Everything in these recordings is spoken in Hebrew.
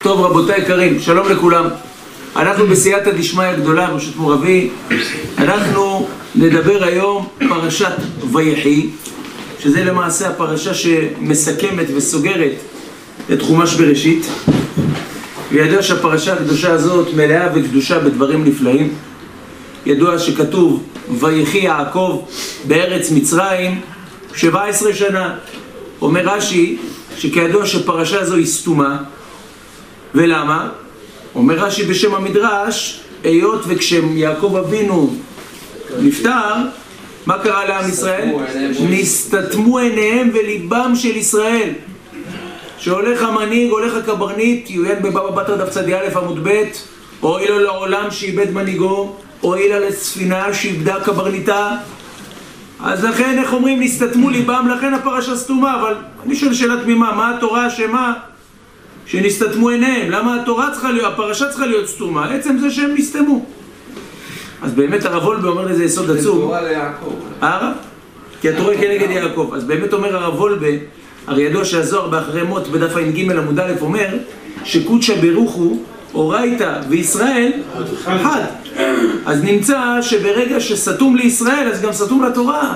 טוב רבותיי יקרים, שלום לכולם. אנחנו בסייעתא דשמיא גדולה, ברשות מורבי. אנחנו נדבר היום פרשת ויחי, שזה למעשה הפרשה שמסכמת וסוגרת את חומש בראשית. וידוע שהפרשה הקדושה הזאת מלאה וקדושה בדברים נפלאים. ידוע שכתוב ויחי יעקב בארץ מצרים 17 שנה. אומר רש"י שכידוע שפרשה זו היא סתומה. ולמה? אומר רש"י בשם המדרש, היות וכשיעקב אבינו נפטר, מה קרה לעם ישראל? נסתתמו עיניהם וליבם של ישראל. שהולך המנהיג, הולך הקברניט, יויד בבבא בתרא דף צ"א עמוד ב', הועיל לו לעולם שאיבד מנהיגו, הועיל לה לספינה שאיבדה קברניתה. אז לכן, איך אומרים, נסתתמו ליבם, לכן הפרשה סתומה. אבל אני שואל שאלה תמימה, מה התורה אשמה שנסתתמו עיניהם? למה הפרשה צריכה להיות סתומה? עצם זה שהם נסתמו. אז באמת הרב וולבה אומר לזה יסוד עצום. זה תורה ליעקב. הרב? כי התורה היא כנגד יעקב. אז באמת אומר הרב וולבה, הרי ידוע שהזוהר באחרי מות בדף ע"ג עמוד א' אומר שקודשא ברוך הוא אורייתא וישראל אחד. אז נמצא שברגע שסתום לישראל אז גם סתום לתורה.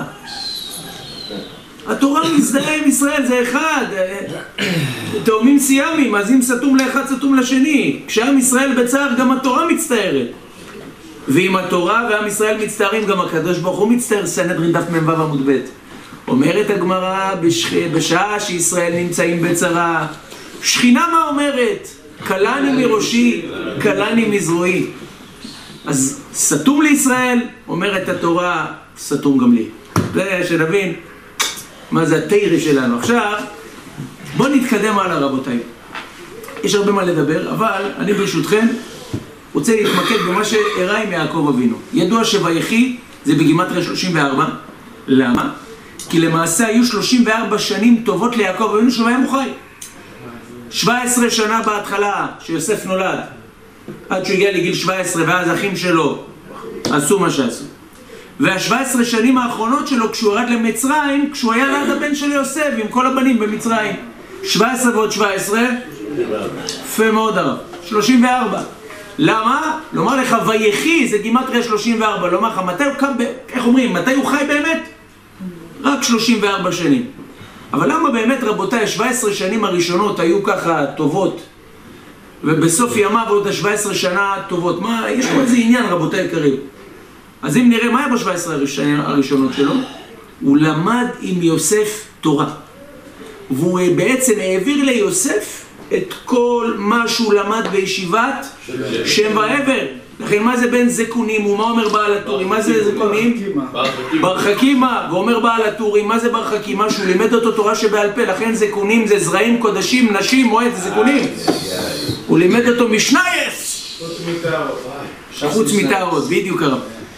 התורה מזדהה עם ישראל, זה אחד. תאומים סיאמים, אז אם סתום לאחד סתום לשני. כשעם ישראל בצער גם התורה מצטערת. ואם התורה ועם ישראל מצטערים גם הקדוש ברוך הוא מצטער. סנהדרין דף מ"ו עמוד ב'. אומרת הגמרא בשעה שישראל נמצאים בצרה, שכינה מה אומרת? קלני מראשי, קלני מזרועי. אז סתום לישראל, אומרת התורה, סתום גם לי. זה שנבין מה זה התורה שלנו. עכשיו, בואו נתקדם הלאה רבותיי. יש הרבה מה לדבר, אבל אני ברשותכם רוצה להתמקד במה שאירע עם יעקב אבינו. ידוע שויחי זה בגימטריה 34. למה? כי למעשה היו 34 שנים טובות ליעקב אבינו שהוא היה מוחי. 17 שנה בהתחלה שיוסף נולד, עד שהוא הגיע לגיל 17, ואז אחים שלו עשו מה שעשו. וה-17 שנים האחרונות שלו כשהוא ירד למצרים, כשהוא היה ליד הבן של יוסף עם כל הבנים במצרים. 17 ועוד 17, יפה מאוד הרב, 34. למה? לומר לך ויחי זה גימטריה 34. לומר לך מתי הוא קם, איך אומרים, מתי הוא חי באמת? רק 34 שנים. אבל למה באמת רבותיי, 17 שנים הראשונות היו ככה טובות, ובסוף ימיו עוד ה-17 שנה טובות? מה, יש פה איזה עניין רבותיי יקרים. אז אם נראה מה היה ב-17 הראשונות שלו, הוא למד עם יוסף תורה. והוא בעצם העביר ליוסף את כל מה שהוא למד בישיבת שם ועבר. לכן מה זה בין זקונים ומה אומר בעל הטורים? מה זה זקונים? בר חכימה. ואומר בעל הטורים, מה זה בר חכימה? שהוא לימד אותו תורה שבעל פה. לכן זקונים זה זרעים, קודשים, נשים, מועד, זה זקונים. הוא לימד אותו משנייס חוץ מתארות, בדיוק הרב.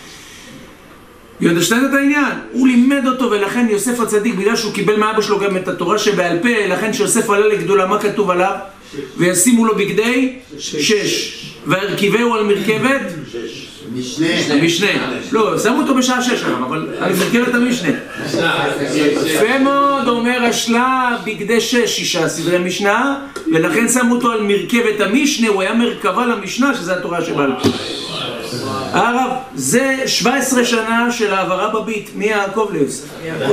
יודעת את העניין? הוא לימד אותו, ולכן יוסף הצדיק, בגלל שהוא קיבל מאבא שלו גם את התורה שבעל פה, לכן שיוסף עלה לגדולה, מה כתוב עליו? וישימו לו בגדי 6. והרכיבהו על מרכבת? משנה. לא, שמו אותו בשעה 6, אבל על מרכבת המשנה. יפה מאוד, אומר השלה בגדי 6 סדרי משנה, ולכן שמו אותו על מרכבת המשנה. הוא היה מרכבה למשנה, שזה התורה שבעל פה. הרב, זה 17 שנה של העברה בבית מיעקב ליוסף.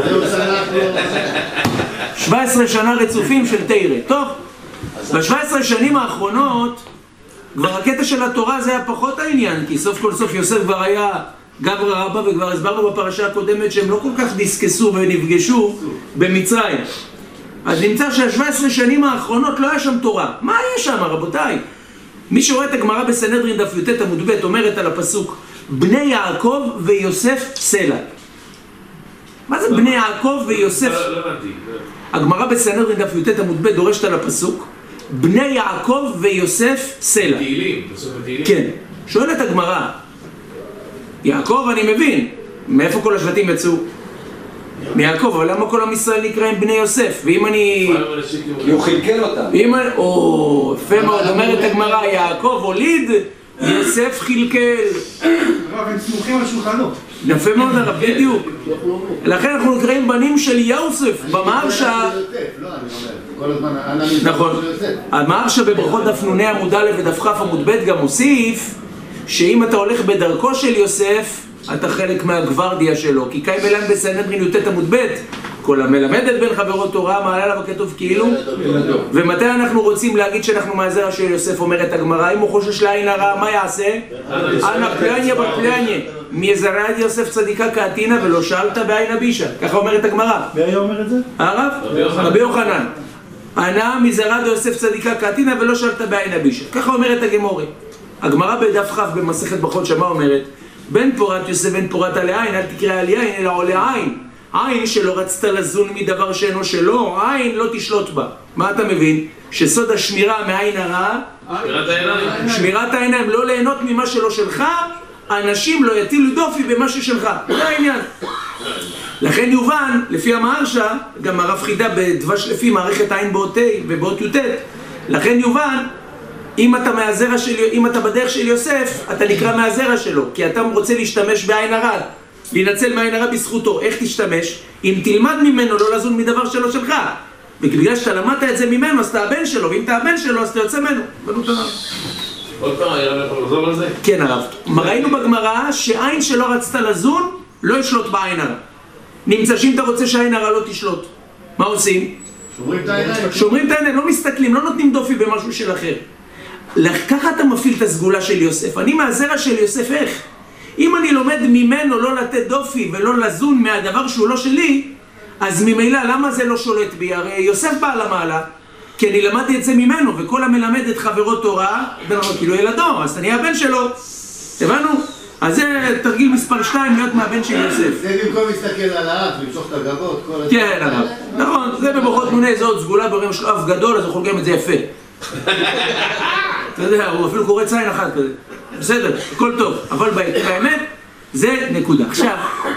17 שנה רצופים של תורה. טוב, ב-17 שנים האחרונות כבר הקטע של התורה זה היה פחות העניין, כי סוף כל סוף יוסף כבר היה גברא רבא, וכבר הסברנו בפרשה הקודמת שהם לא כל כך דיסקסו ונפגשו במצרים. אז נמצא שה-17 שנים האחרונות לא היה שם תורה. מה היה שם רבותיי? מי שרואה את הגמרא בסנהדרין דף י"ט עמוד ב' אומרת על הפסוק בני יעקב ויוסף סלע. מה זה בני יעקב ויוסף? הגמרא בסנהדרין דף י"ט עמוד ב' דורשת על הפסוק בני יעקב ויוסף סלע. כן. שואלת הגמרא, יעקב אני מבין, מאיפה כל השבטים יצאו? מיעקב, אבל למה כל עם ישראל נקראים בני יוסף? ואם אני... הוא חלקל אותם. יפה מאוד, אומרת הגמרא, יעקב הוליד יוסף חילקל. הרב, הם סמוכים על שולחנו. יפה מאוד הרב, בדיוק. לכן אנחנו נקראים בנים של יוסף, במהרש"א. כל הזמן, נכון. המהרש"א בברכות דף נ"ה עמוד א' ודף כ' עמוד ב' גם מוסיף שאם אתה הולך בדרכו של יוסף, אתה חלק מהגוורדיה שלו. כי קיים אלן בסנהדרין י"ט עמוד ב', כל המלמד את בן חברו תורה מעלה עליו הכתוב כאילו. ומתי אנחנו רוצים להגיד שאנחנו מהזרע של יוסף? אומרת הגמרא, אם הוא חושש לעין הרע, מה יעשה? אנא פלניה בפלניה מזרעת יוסף צדיקה קעתינה ולא שאלת בעין הבישה. ככה אומרת הגמרא. מי היה אומר את זה? הרב? רבי יוחנן. אנא מזרעת יוסף צדיקה קעתינה ולא שאלת בעין הבישה. ככה אומרת הגמרא. הגמרא בדף כ' במסכת ברכות שמע אומרת, בן פורת יוסף בן פורת עלי עין, אל תקרא על יין אלא עולה עין. עין שלא רצת לזון מדבר שאינו שלו, עין לא תשלוט בה. מה אתה מבין? שסוד השמירה מעין הרע, שמירת העיניים, לא ליהנות ממה שלא שלך, אנשים לא יטילו דופי במה ששלך. זה העניין. לכן יובן, לפי המהרש"א, גם הרב חידה בדבש לפי מערכת עין באות ה' ובאות י"ט, לכן יובן, אם אתה בדרך של יוסף, אתה נקרא מהזרע שלו, כי אתה רוצה להשתמש בעין הרע, להינצל מהעין הרע בזכותו. איך תשתמש? אם תלמד ממנו לא לזון מדבר שלו שלך. ובגלל שאתה למדת את זה ממנו, אז אתה הבן שלו, ואם אתה הבן שלו, אז אתה יוצא ממנו. עוד פעם, היה יכול לחזור על זה? כן הרב. ראינו בגמרא שעין שלא רצת לזון, לא ישלוט בעין הרע. נמצא שאם אתה רוצה שהעין הרע לא תשלוט, מה עושים? שומרים את העיניים. שומרים את העיניים, לא מסתכלים, לא נותנים דופי במשהו של אחר. ככה אתה מפעיל את הסגולה של יוסף. אני מהזרע של יוסף, איך? אם אני לומד ממנו לא לתת דופי ולא לזון מהדבר שהוא לא שלי, אז ממילא למה זה לא שולט בי? הרי יוסף בא למעלה, כי אני למדתי את זה ממנו, וכל המלמד את חברו תורה, כאילו ילדו, אז אני הבן שלו. הבנו? אז זה תרגיל מספר 2 להיות מהבן של יוסף. זה במקום להסתכל על האף, למשוך את הגבות, כל הזמן. כן, הרב. נכון, זה בברכות נ"ה, זה עוד סגולה, ברגע יש לו אף גדול, אז הוא יכול גם את זה יפה. אתה יודע, הוא אפילו קורא עין אחת כזה. בסדר, הכל טוב, אבל באמת, זה נקודה. עכשיו,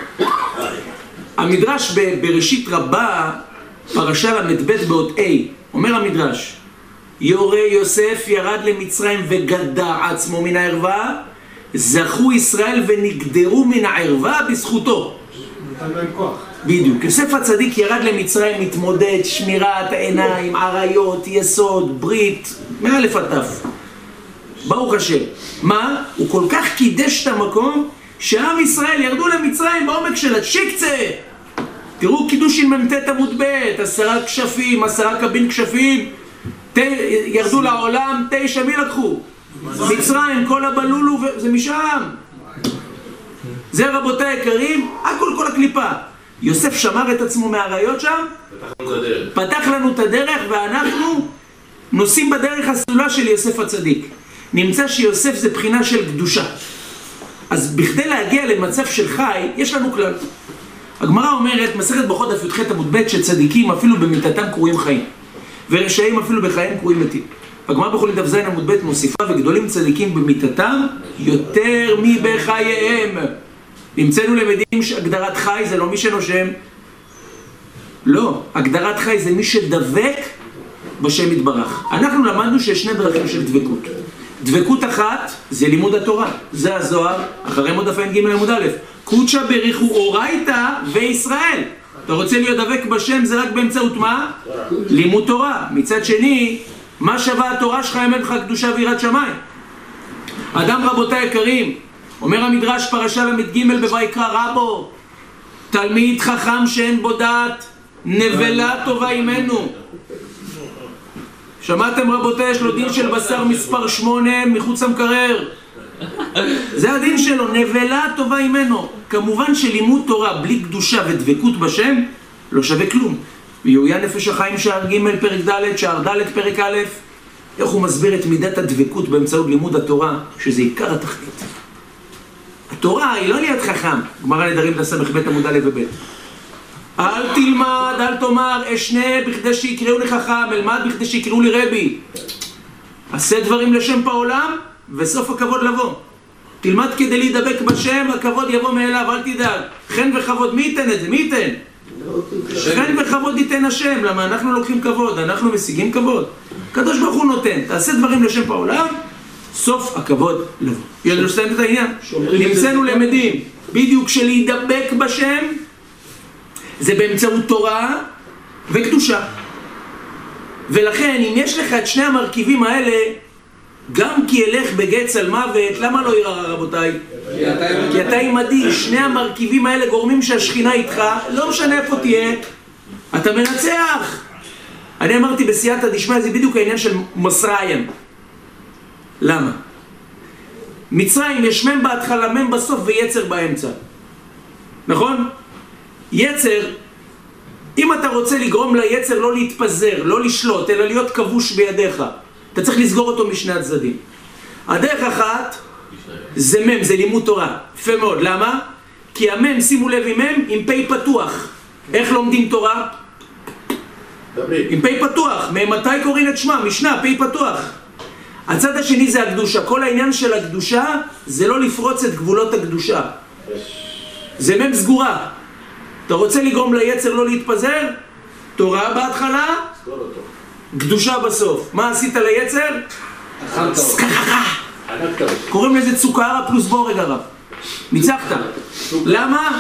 המדרש בראשית רבה, פרשה ל"ב באות ה', אומר המדרש, יורה יוסף ירד למצרים וגדע עצמו מן הערווה, זכו ישראל ונגדרו מן הערווה בזכותו. נתן להם כוח. בדיוק. יוסף הצדיק ירד למצרים, מתמודד, שמירת העיניים, עריות, יסוד, ברית, מאלף עד תף. ברוך השם. מה? הוא כל כך קידש את המקום שעם ישראל ירדו למצרים בעומק של הצ'יקצה. תראו קידושין מ"ט עמוד ב', 10 כשפים, 10 קבין כשפים, ירדו לעולם, 9 מי לקחו? מצרים, כל הבלולו, זה משם. זה רבותיי יקרים, הכל כל הקליפה. יוסף שמר את עצמו מהעריות שם, פתח לנו את הדרך, ואנחנו נוסעים בדרך הסלולה של יוסף הצדיק. נמצא שיוסף זה בחינה של קדושה. אז בכדי להגיע למצב של חי, יש לנו כלל. הגמרא אומרת, מסכת ברכות דף י"ח עמוד ב', שצדיקים אפילו במיתתם קרויים חיים, ורשעים אפילו בחייהם קרויים מתים. הגמרא בחולין דף ז' עמוד ב' מוסיפה, וגדולים צדיקים במיתתם יותר מבחייהם. נמצאנו למדים שהגדרת חי זה לא מי שנושם. לא, הגדרת חי זה מי שדבק בשם יתברך. אנחנו למדנו שיש שני דרכים של דבקות. דבקות אחת זה לימוד התורה, זה הזוהר, אחרי עמוד דף ע"ג עמוד א', קודשא בריחו אורייתא וישראל. אתה רוצה להיות דבק בשם זה רק באמצעות מה? לימוד תורה. מצד שני, מה שווה התורה שלך אם אין לך קדושה ויראת שמיים? אדם רבותיי יקרים, אומר המדרש פרשה ל"ג בויקרא רבו, תלמיד חכם שאין בו דעת, נבלה טובה עמנו. שמעתם רבותיי, יש לו דין של בשר מספר 8 מחוץ למקרר. זה הדין שלו, נבלה טובה עמנו. כמובן שלימוד תורה בלי קדושה ודבקות בשם לא שווה כלום. ויהויה נפש החיים שער ג' פרק ד', שער ד' פרק א', איך הוא מסביר את מידת הדבקות באמצעות לימוד התורה, שזה עיקר התכלית. התורה היא לא להיות חכם, גמרא נדרים לס"ב עמוד א' וב'. אל תלמד, אל תאמר, אשנה בכדי שיקראו לי חכם, אלמד בכדי שיקראו לי רבי. עשה דברים לשם בעולם, וסוף הכבוד לבוא. תלמד כדי להידבק בשם, הכבוד יבוא מאליו, אל תדאג. חן וכבוד, מי ייתן את זה? מי ייתן? חן וכבוד ייתן השם, למה אנחנו לוקחים כבוד, אנחנו משיגים כבוד. הקדוש ברוך הוא נותן, תעשה דברים לשם בעולם, סוף הכבוד לבוא. יודעים את העניין? נמצאנו למדים, בדיוק שלהידבק בשם, זה באמצעות תורה וקדושה. ולכן, אם יש לך את שני המרכיבים האלה, גם כי ילך בגץ על מוות, למה לא יראה רבותיי? כי אתה עימדי, שני המרכיבים האלה גורמים שהשכינה איתך, לא משנה איפה תהיה, אתה מנצח. אני אמרתי בסייעתא דשמיא, זה בדיוק העניין של מצרים. למה? מצרים יש מם בהתחלה, מם בסוף ויצר באמצע. נכון? יצר, אם אתה רוצה לגרום ליצר לא להתפזר, לא לשלוט, אלא להיות כבוש בידיך, אתה צריך לסגור אותו משני הצדדים. הדרך אחת זה מם, זה לימוד תורה. יפה מאוד. למה? כי המם, שימו לב עם פי פתוח. איך לומדים תורה? עם פי פתוח. ממתי קוראים את שמה? משנה, פי פתוח. הצד השני זה הקדושה. כל העניין של הקדושה זה לא לפרוץ את גבולות הקדושה. זה מם סגורה. אתה רוצה לגרום ליצר לא להתפזר? תורה בהתחלה, קדושה בסוף. מה עשית ליצר? סקררה. קוראים לזה צוקרה פלוס בורג הרב. ניצחת. למה?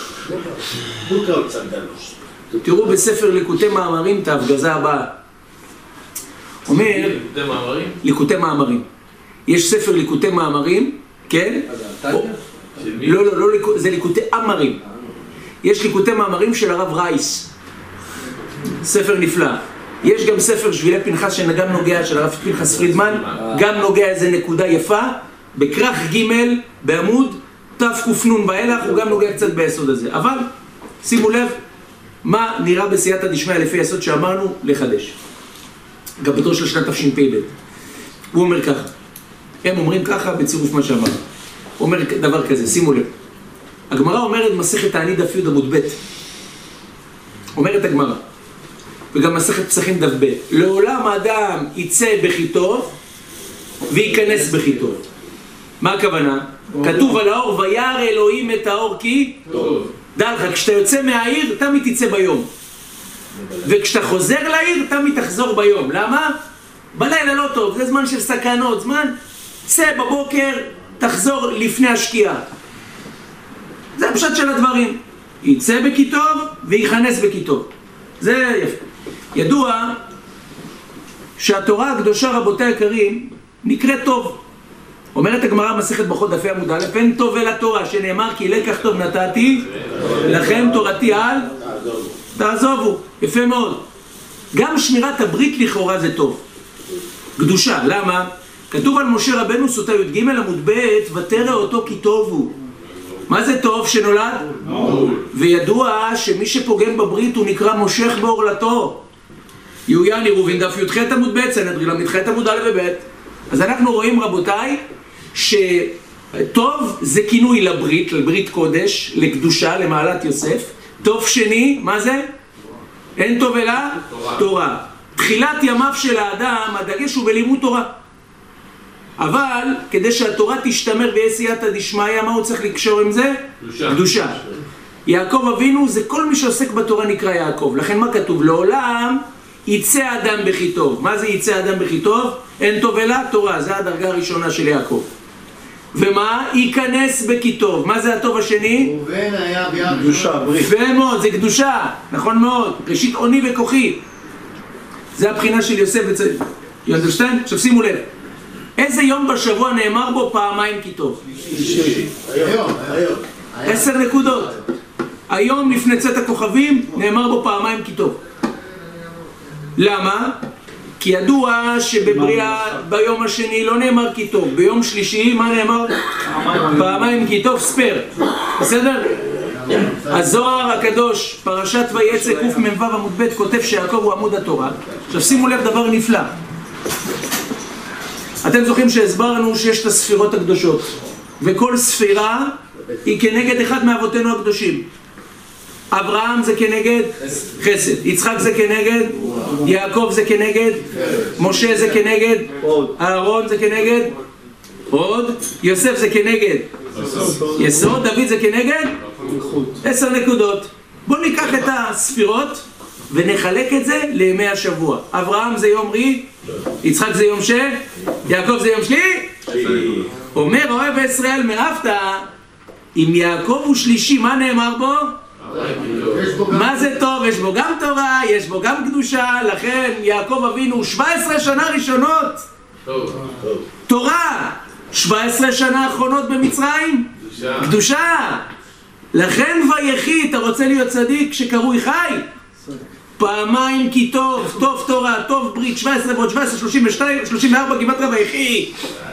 תראו בספר ליקוטי מאמרים את ההפגזה הבאה. אומר, ליקוטי מאמרים. יש ספר ליקוטי מאמרים, כן? לא, זה ליקוטי אמרים. יש ליקוטי מאמרים של הרב רייס. ספר נפלא. יש גם ספר שבילי פנחס שגם נוגע, של הרב פנחס פרידמן, גם נוגע איזה נקודה יפה, בכרך ג' בעמוד תק"ן ואילך, הוא גם נוגע קצת ביסוד הזה. אבל שימו לב מה נראה בסייעתא דשמיא לפי היסוד שאמרנו לחדש. גבתו של שנת תשפ"ב. הוא אומר ככה, הם אומרים ככה בצירוף מה שאמר. הוא אומר דבר כזה, שימו לב. הגמרא אומרת מסכת תענית דף י' עמוד ב'. אומרת הגמרא, וגם מסכת פסחים דף ב', לעולם האדם יצא בכי טוב וייכנס בכי טוב. מה הכוונה? כתוב על האור, וירא אלוהים את האור כי טוב. דע לך, כשאתה יוצא מהעיר, תמיד תצא ביום. וכשאתה חוזר לעיר, תמיד תחזור ביום. למה? בלילה לא טוב, זה זמן של סכנות, זמן. צא בבוקר, תחזור לפני השקיעה. זה הפשט של הדברים. יצא בכי טוב וייכנס בכי טוב. זה יפה. ידוע שהתורה הקדושה, רבותי היקרים, נקראת טוב. אומרת הגמרא מסכת ברכות דף עמוד א', אין טוב אל התורה, שנאמר כי לקח טוב נתתי, לכם תורתי אל תעזובו. יפה מאוד. גם שמירת הברית לכאורה זה טוב. קדושה, למה? כתוב על משה רבנו סוטה י"ג עמוד ב', ותרא אותו כי טוב הוא. מה זה טוב שנולד? וידוע שמי שפוגם בברית הוא נקרא מושך בעורלתו. יהויין עירובין דף י"ח עמוד ב', סנהדרין ל"ח עמוד א' וב'. אז אנחנו רואים רבותיי שטוב זה כינוי לברית, לברית קודש, לקדושה, למעלת יוסף. טוב שני, מה זה? אין טוב אלא תורה. תחילת ימיו של האדם, הדגש הוא בלימוד תורה. אבל כדי שהתורה תשתמר בסייעתא דשמיא, מה הוא צריך לקשור עם זה? קדושה. יעקב אבינו זה כל מי שעוסק בתורה נקרא יעקב. לכן מה כתוב? לעולם יצא אדם בכי טוב. מה זה יצא אדם בכי טוב? אין טוב אלא תורה. זה הדרגה הראשונה של יעקב. ומה? ייכנס בכי טוב. מה זה הטוב השני? ובן היה ביד קדושה, ברית. יפה מאוד, זה קדושה. נכון מאוד. ראשית עוני וכוחי. זה הבחינה של יוסף וצריך. You understand? עכשיו שימו לב. איזה יום בשבוע נאמר בו פעמיים כי טוב? היום. 10 נקודות. היום לפני צאת הכוכבים נאמר בו פעמיים כי טוב. למה? כי ידוע שבבריאה ביום השני לא נאמר כי טוב. ביום שלישי מה נאמר? פעמיים כי טוב ספר. בסדר? הזוהר הקדוש, פרשת ויצא קמ"ו עמוד ב', כותב שיעקב הוא עמוד התורה. עכשיו שימו לב דבר נפלא. אתם זוכרים שהסברנו שיש את הספירות הקדושות, וכל ספירה היא כנגד אחד מאבותינו הקדושים. אברהם זה כנגד חסד, יצחק זה כנגד, יעקב זה כנגד, משה זה כנגד, אהרון זה כנגד, עוד, יוסף זה כנגד, יסוד, דוד זה כנגד, 10 נקודות. בואו ניקח את הספירות ונחלק את זה לימי השבוע. אברהם זה יום רי, יצחק זה יום יעקב זה יום שלי, אומר אוהב ישראל מאהבת, אם יעקב הוא שלישי, מה נאמר בו? מה זה טוב? יש בו גם תורה, יש בו גם קדושה, לכן יעקב אבינו 17 שנה ראשונות תורה, 17 שנה האחרונות במצרים קדושה. לכן ויחי, אתה רוצה להיות צדיק שקרוי חי? פעמיים כי טוב, טוב תורה, טוב ברית, 17 ועוד 17, 32, 34, גימטריה ויחי.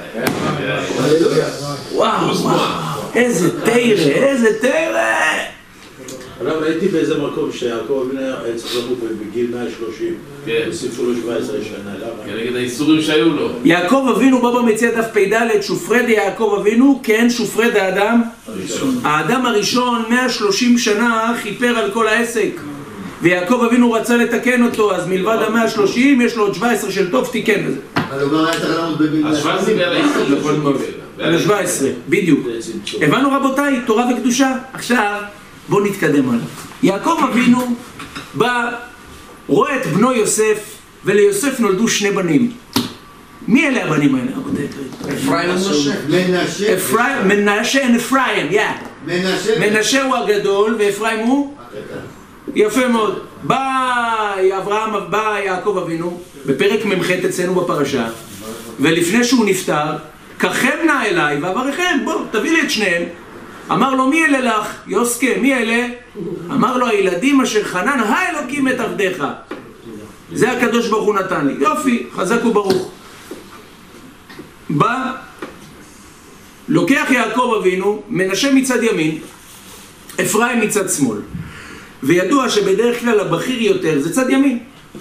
וואו, איזה תירה, איזה תירה. אבל הייתי באיזה מקום שיעקב אבינו היה צריך למות בגיל 130, הוסיפו לו 17 שנה, למה? כנגד האיסורים שהיו לו. יעקב אבינו בא במציאת דף פ"ד, שופרד יעקב אבינו, כן שופרד האדם. האדם הראשון 130 שנה חיפר על כל העסק, ויעקב אבינו רצה לתקן אותו, אז מלבד ה-130 יש לו עוד 17 של טוב תיקן בזה. אבל הוא גם היה צריך לעמוד בגיל 130. אז 17 ועל האיסור לכל מוביל. על 17, בדיוק. הבנו רבותיי, תורה וקדושה. עכשיו בואו נתקדם הלאה. יעקב אבינו בא, רואה את בנו יוסף, וליוסף נולדו שני בנים. מי אלה הבנים האלה? אפרים ומנשה. מנשה ואפרים, מנשה הוא הגדול ואפרים הוא? יפה מאוד. בא יעקב אבינו בפרק ממ"ח אצלנו בפרשה, ולפני שהוא נפטר, קחם נא אליי ואברכם, בוא תביא לי את שניהם. אמר לו, מי אלה לך? יוסקה, מי אלה? אמר לו, הילדים אשר חנן האלוקים את עבדיך. זה הקדוש ברוך הוא נתן לי. יופי, חזק וברוך. בא, לוקח יעקב אבינו, מנשה מצד ימין, אפרים מצד שמאל. וידוע שבדרך כלל הבכיר יותר זה צד ימין.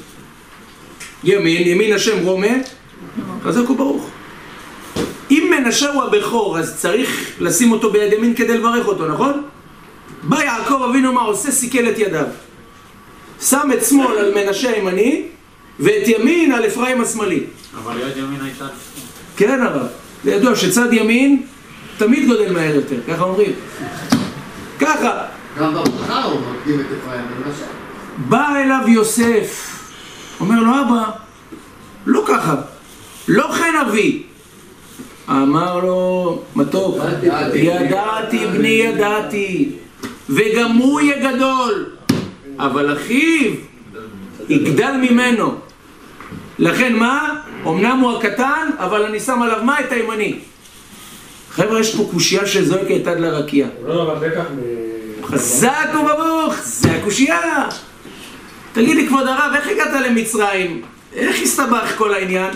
ימין השם רומה, חזק וברוך. אם מנשה הוא הבכור, אז צריך לשים אותו ביד ימין כדי לברך אותו, נכון? בא יעקב אבינו מה עושה? סיכל את ידיו. שם את שמאל על מנשה הימני, ואת ימין על אפרים השמאלי. אבל יד ימין הייתה... כן הרב, זה ידוע שצד ימין תמיד גודל מהר יותר, ככה אומרים. ככה. גם בברכה הוא מקדים את אפרים ומנשה. בא אליו יוסף, אומר לו, אבא, לא ככה, לא כן אבי. אמר לו, מתוק, ידעתי בני ידעתי, וגם הוא יהיה גדול, אבל אחיו יגדל ממנו. לכן מה? אמנם הוא הקטן, אבל אני שם עליו מה? את הימני. חבר'ה, יש פה קושייה שזועקת עד לרקיע. לא, אבל בטח חזק וברוך, זה הקושייה. תגיד לי כבוד הרב, איך הגעת למצרים? איך הסתבך כל העניין?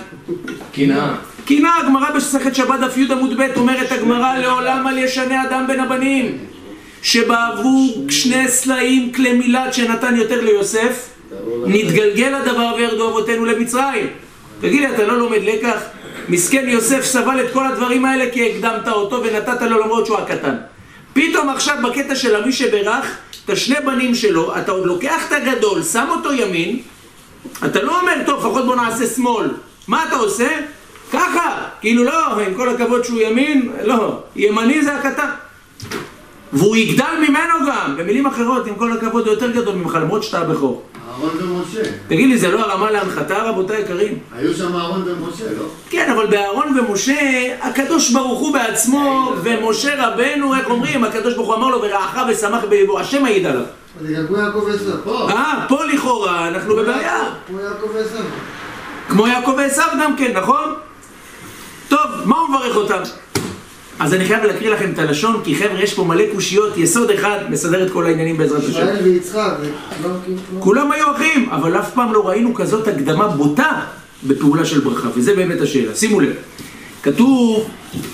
קנאה, הגמרא במסכת שבת דף י' עמוד ב' אומרת הגמרא, לעולם אל ישנה אדם בין הבנים, שבעבור שני סלעים כלי מילת שנתן יותר ליוסף, נתגלגל הדבר וירדו אבותינו למצרים. תגיד לי, אתה לא לומד לקח? מסכן יוסף סבל את כל הדברים האלה כי הקדמת אותו ונתת לו למרות שהוא הקטן. פתאום עכשיו בקטע של מי שברך את השני בנים שלו, אתה עוד לוקח את הגדול, שם אותו ימין, אתה לא אומר, טוב, לפחות בוא נעשה שמאל. מה אתה עושה? ככה, כאילו לא, עם כל הכבוד שהוא ימין, לא, ימני זה הקטן. והוא יגדל ממנו גם, במילים אחרות, עם כל הכבוד הוא יותר גדול ממך, למרות שאתה הבכור. אהרון ומשה. תגיד לי, זה לא הרמה להנחתה, רבותיי יקרים? היו שם אהרון ומשה, לא? כן, אבל באהרון ומשה, הקדוש ברוך הוא בעצמו, ומשה רבנו, איך אומרים, הקדוש ברוך הוא אמר לו, ברעך ושמח בליבו, השם העיד עליו. זה גם כמו יעקב ועשיו, פה. פה לכאורה, אנחנו בבעיה. כמו יעקב ועשיו. כמו יעקב ועשיו גם כן, נכון? טוב, מה הוא מברך אותם? אז אני חייב להקריא לכם את הלשון, כי חבר'ה, יש פה מלא קושיות, יסוד אחד מסדר את כל העניינים בעזרת השם. ישראל ויצחק, כולם היו אחים, אבל אף פעם לא ראינו כזאת הקדמה בוטה בפעולה של ברכה, וזה באמת השאלה. שימו לב, כתוב,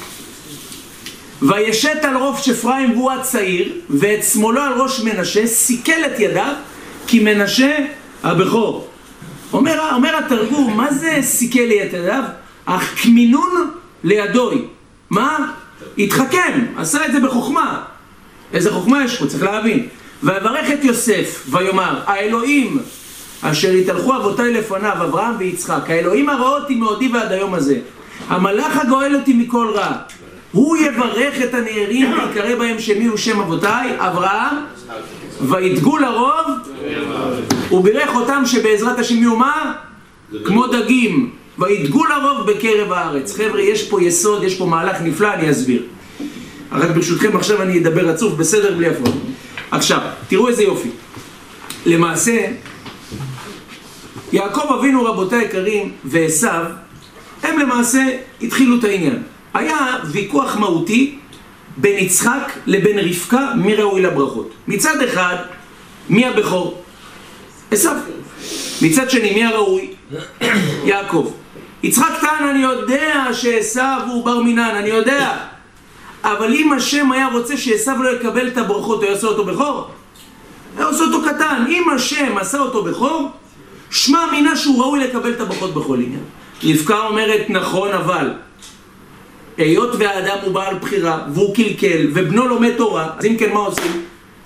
וישת על ראש אפרים והוא הצעיר, ואת שמאלו על ראש מנשה, סיכל את ידיו, כי מנשה הבכור. אומר התרגום, מה זה סיכל לי את ידיו? אך כמינון לידוי. מה? התחכם, עשה את זה בחוכמה. איזה חוכמה יש פה, צריך להבין. ויברך את יוסף, ויאמר, האלוהים אשר התהלכו אבותיי לפניו, אברהם ויצחק, האלוהים הראה אותי מעודי ועד היום הזה, המלאך הגואל אותי מכל רע, הוא יברך את הנערים ויקרא בהם שמי הוא שם אבותיי, אברהם, וידגו לרוב, ובירך אותם שבעזרת השם יהיו מה? כמו דגים, וידגו לרוב בקרב הארץ. חבר'ה, יש פה יסוד, יש פה מהלך נפלא, אני אסביר. רק ברשותכם עכשיו אני אדבר רצוף, בסדר, בלי הפרעות. עכשיו, תראו איזה יופי. למעשה, יעקב אבינו, רבותיי היקרים, ועשיו, הם למעשה התחילו את העניין. היה ויכוח מהותי בין יצחק לבין רבקה, מי ראוי לברכות. מצד אחד, מי הבכור? עשיו. מצד שני, מי הראוי? יעקב. יצחק טען, אני יודע שעשיו הוא בר מינן, אני יודע. אבל אם השם היה רוצה שעשיו לא יקבל את הברכות, הוא יעשה אותו בכור? היה עושה אותו קטן. אם השם עשה אותו בכור, שמע מינה שהוא ראוי לקבל את הברכות בכל עניין. רבקה אומרת, נכון, אבל היות והאדם הוא בעל בחירה והוא קלקל ובנו לומד תורה, אז אם כן מה עושים?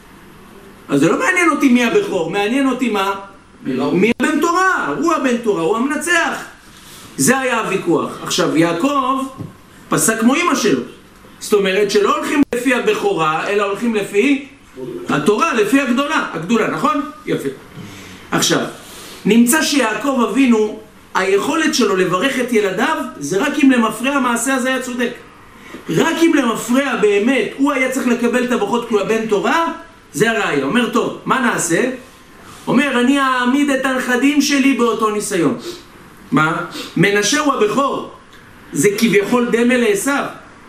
אז זה לא מעניין אותי מי הבכור, מעניין אותי מה? מי הבן תורה, הוא הבן תורה, הוא המנצח. זה היה הוויכוח. עכשיו יעקב פסק כמו אמא שלו, זאת אומרת שלא הולכים לפי הבכורה אלא הולכים לפי התורה, לפי הגדולה, נכון? יפה. עכשיו נמצא שיעקב אבינו, היכולת שלו לברך את ילדיו זה רק אם למפרע המעשה הזה היה צודק. רק אם למפרע באמת הוא היה צריך לקבל את הברכות כי הוא הבן תורה, זה הראיה. אומר, טוב, מה נעשה? אומר, אני אעמיד את הנכדים שלי באותו ניסיון. מה? מנשה הוא הבכור, זה כביכול דמה לעשיו.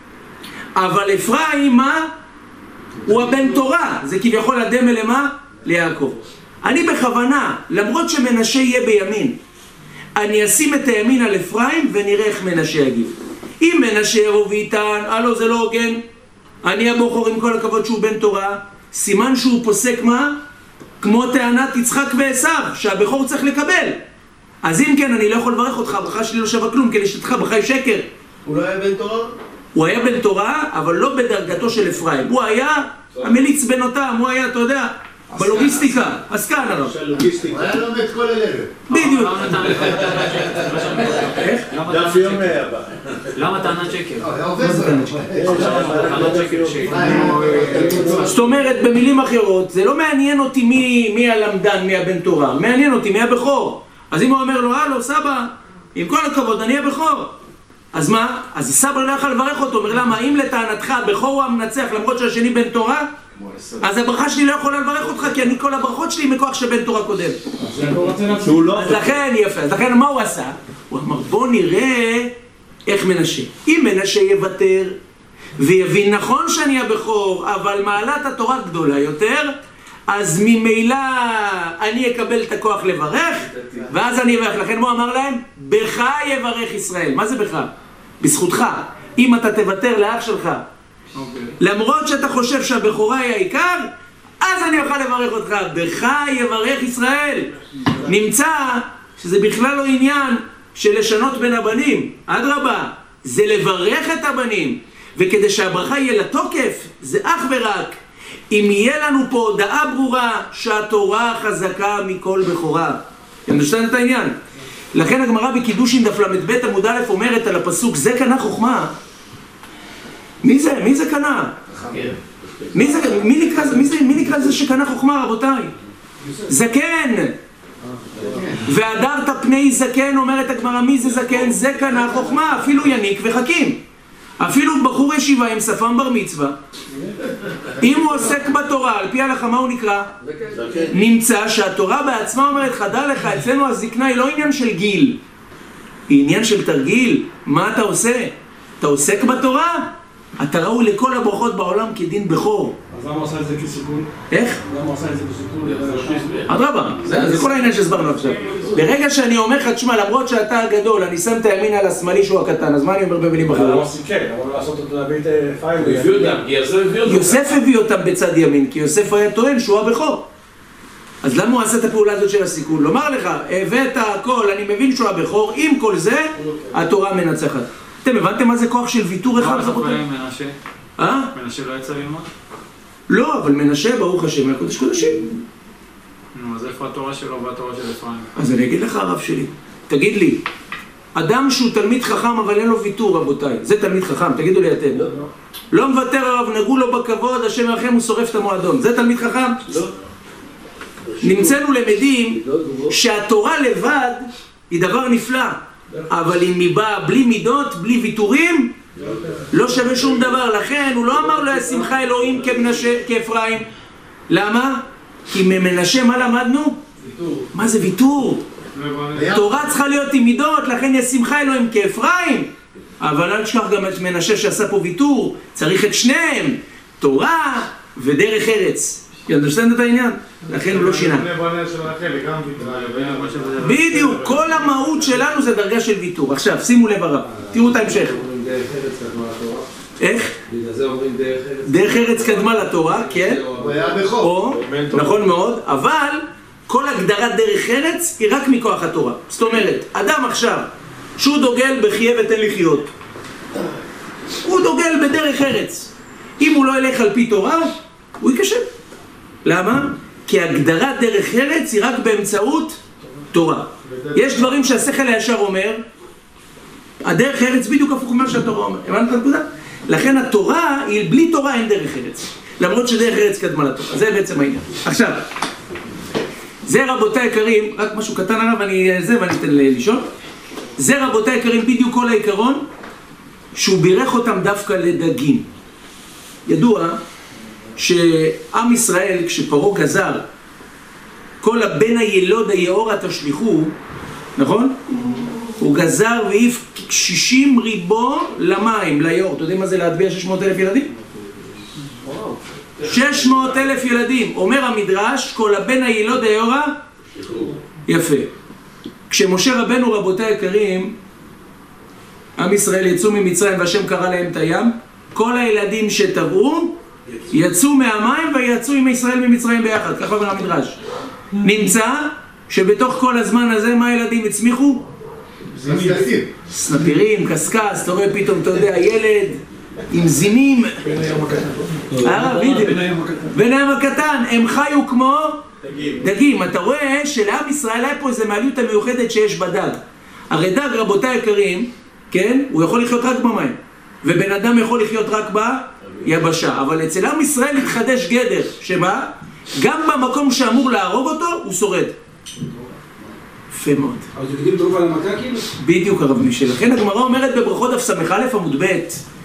אבל אפרים, מה? הוא הבן תורה, זה כביכול הדמה למה? ליעקב. אני בכוונה, למרות שמנשה יהיה בימין, אני אשים את הימין על אפרים ונראה איך מנשה יגיב. אם מנשה יבוא ויטען, הלו זה לא הוגן, אני הבכור עם כל הכבוד שהוא בן תורה, סימן שהוא פוסק מה? כמו טענת יצחק ועשיו, שהבכור צריך לקבל. אז אם כן, אני לא יכול לברך אותך, הברכה שלי לא שווה כלום, כי לשתך ברכה היא שקר. הוא לא היה בן תורה? הוא היה בן תורה, אבל לא בדרגתו של אפרים. הוא היה המליץ בנותם, הוא היה, אתה יודע, בלוגיסטיקה, עסקן הרב. הוא היה לומד כל הלב. בדיוק. דף יומי הבא. למה טענת שקר? היה עובד זאת אומרת, במילים אחרות, זה לא מעניין אותי מי הלמדן, מי הבן תורה, מעניין אותי מי הבכור. אז אם הוא אומר לו, הלו, סבא, עם כל הכבוד, אני הבכור. אז מה? אז סבא לא יכול לברך אותו, אומר, למה? אם לטענתך הבכור הוא המנצח למרות שהשני בן תורה, אז הברכה שלי לא יכולה לברך אותך, כי אני כל הברכות שלי מכוח שבן תורה קודם. אז לכן, יפה, אז לכן מה הוא עשה? הוא אמר, בוא נראה איך מנשה. אם מנשה יוותר ויבין נכון שאני הבכור, אבל מעלת התורה גדולה יותר, אז ממילא אני אקבל את הכוח לברך, ואז אני אברך. לכן הוא אמר להם, בך יברך ישראל. מה זה בך? בזכותך. אם אתה תוותר לאח שלך, למרות שאתה חושב שהבכורה היא העיקר, אז אני אוכל לברך אותך. בך יברך ישראל. נמצא שזה בכלל לא עניין של לשנות בין הבנים. אדרבה, זה לברך את הבנים. וכדי שהברכה יהיה לתוקף, זה אך ורק אם יהיה לנו פה הודעה ברורה שהתורה חזקה מכל בכורה. אתם מבינים את העניין? לכן הגמרא בקידושין דף ל"ב עמוד א' אומרת על הפסוק, זה קנה חוכמה. מי זה? מי זה קנה? מי נקרא זה שקנה חוכמה, רבותיי? זקן. והדרת פני זקן, אומרת הגמרא, מי זה זקן? זה קנה חוכמה, אפילו יניק וחכים. אפילו בחור ישיבה עם שפם בר מצווה, אם הוא עוסק בתורה, על פי ההלכה מה הוא נקרא? נמצא שהתורה בעצמה אומרת, חדל לך, אצלנו הזקנה היא לא עניין של גיל, היא עניין של תרגיל. מה אתה עושה? אתה עוסק בתורה? אתה ראוי לכל הברכות בעולם כדין בכור. אז למה עושה את זה כסיכון? איך? למה עושה את זה כסיכון? אדרבה, זה כל העניין שהסברנו עכשיו. ברגע שאני אומר לך, תשמע, למרות שאתה הגדול, אני שם את הימין על השמאלי שהוא הקטן, אז מה אני אומר במילים אחרות? לא סיכן, אבל לעשות אותו להביא את פייל. יוסף הביא אותם בצד ימין, כי יוסף היה טוען שהוא הבכור. אז למה הוא עשה את הפעולה הזאת של הסיכון? לומר לך, הבאת הכל, אני מבין שהוא הבכור, עם כל זה, התורה מנצחת. אתם הבנתם מה זה כוח של ויתור אחד? מנשה? מנשה לא יצא ללמוד? לא, אבל מנשה ברוך השם מהקודש קודשים. נו, אז איפה התורה שלו והתורה של אפרים? אז אני אגיד לך הרב שלי, תגיד לי, אדם שהוא תלמיד חכם אבל אין לו ויתור, רבותיי, זה תלמיד חכם, תגידו לי אתם. לא מוותר הרב, נגעו לו בכבוד, השם ירחם, הוא שורף את המועדון, זה תלמיד חכם? לא. נמצאנו למדים שהתורה לבד היא דבר נפלא, אבל אם היא באה בלי מידות, בלי ויתורים, לא שווה שום דבר. לכן הוא לא אמר לו ישמחה אלוהים כאפרים. למה? כי ממנשה מה למדנו? מה זה ויתור? תורה צריכה להיות עם מידות, לכן ישמחה אלוהים כאפרים. אבל אל תשכח גם את מנשה שעשה פה ויתור, צריך את שניהם, תורה ודרך ארץ. ידעתם את העניין? לכן הוא לא שינה. בדיוק, כל המהות שלנו זה דרגה של ויתור. עכשיו, שימו לב הרב, תראו את ההמשך. איך? דרך ארץ קדמה לתורה, כן? נכון מאוד, אבל כל הגדרת דרך ארץ היא רק מכוח התורה. זאת אומרת, אדם עכשיו שהוא דוגל בחיה ותן לחיות, הוא דוגל בדרך ארץ. אם הוא לא ילך על פי תורה, הוא ייכשל. למה? כי הגדרת דרך ארץ היא רק באמצעות תורה. יש דברים שהשכל הישר אומר, הדרך ארץ בדיוק הפוך ממה שהתורה אומר. הבנת את הנקודה? לכן התורה, בלי תורה אין דרך ארץ. למרות שדרך ארץ קדמה לתורה. זה בעצם העניין. עכשיו, זה רבותי היקרים, רק משהו קטן עליו, ואני אתן לישון. זה רבותי היקרים בדיוק כל העיקרון, שהוא בירך אותם דווקא לדגים. ידוע שעם ישראל, כשפרעה גזר, כל הבן הילוד היאורה תשליכו, נכון? הוא גזר והעיף 60 ריבו למים, ליאור. אתה יודע מה זה להטביע 600,000 ילדים? 600,000 ילדים. אומר המדרש, כל הבן הילוד היאורה, יפה. כשמשה רבנו, רבותי היקרים, עם ישראל יצאו ממצרים והשם קרא להם את הים, כל הילדים שטבעו יצאו מהמים ויצאו עם ישראל ממצרים ביחד, ככה אומר המדרש. נמצא שבתוך כל הזמן הזה מה הילדים הצמיחו? סנפירים, קסקס, אתה רואה פתאום, אתה יודע, ילד עם זימים. בין הים הקטן. בין הים הקטן, הם חיו כמו דגים. אתה רואה שלעם ישראל היה פה איזה מעליות המיוחדת שיש בדג. הרי דג, רבותי היקרים, כן, הוא יכול לחיות רק במים, ובן אדם יכול לחיות רק ביבשה. אבל אצל עם ישראל התחדש גדר, שמה? גם במקום שאמור להרוג אותו, הוא שורד. יפה מאוד. אז הוא קדים תרופה למכה כאילו? בדיוק הרב מישל. לכן הגמרא אומרת בברכות דף ס"א עמוד ב',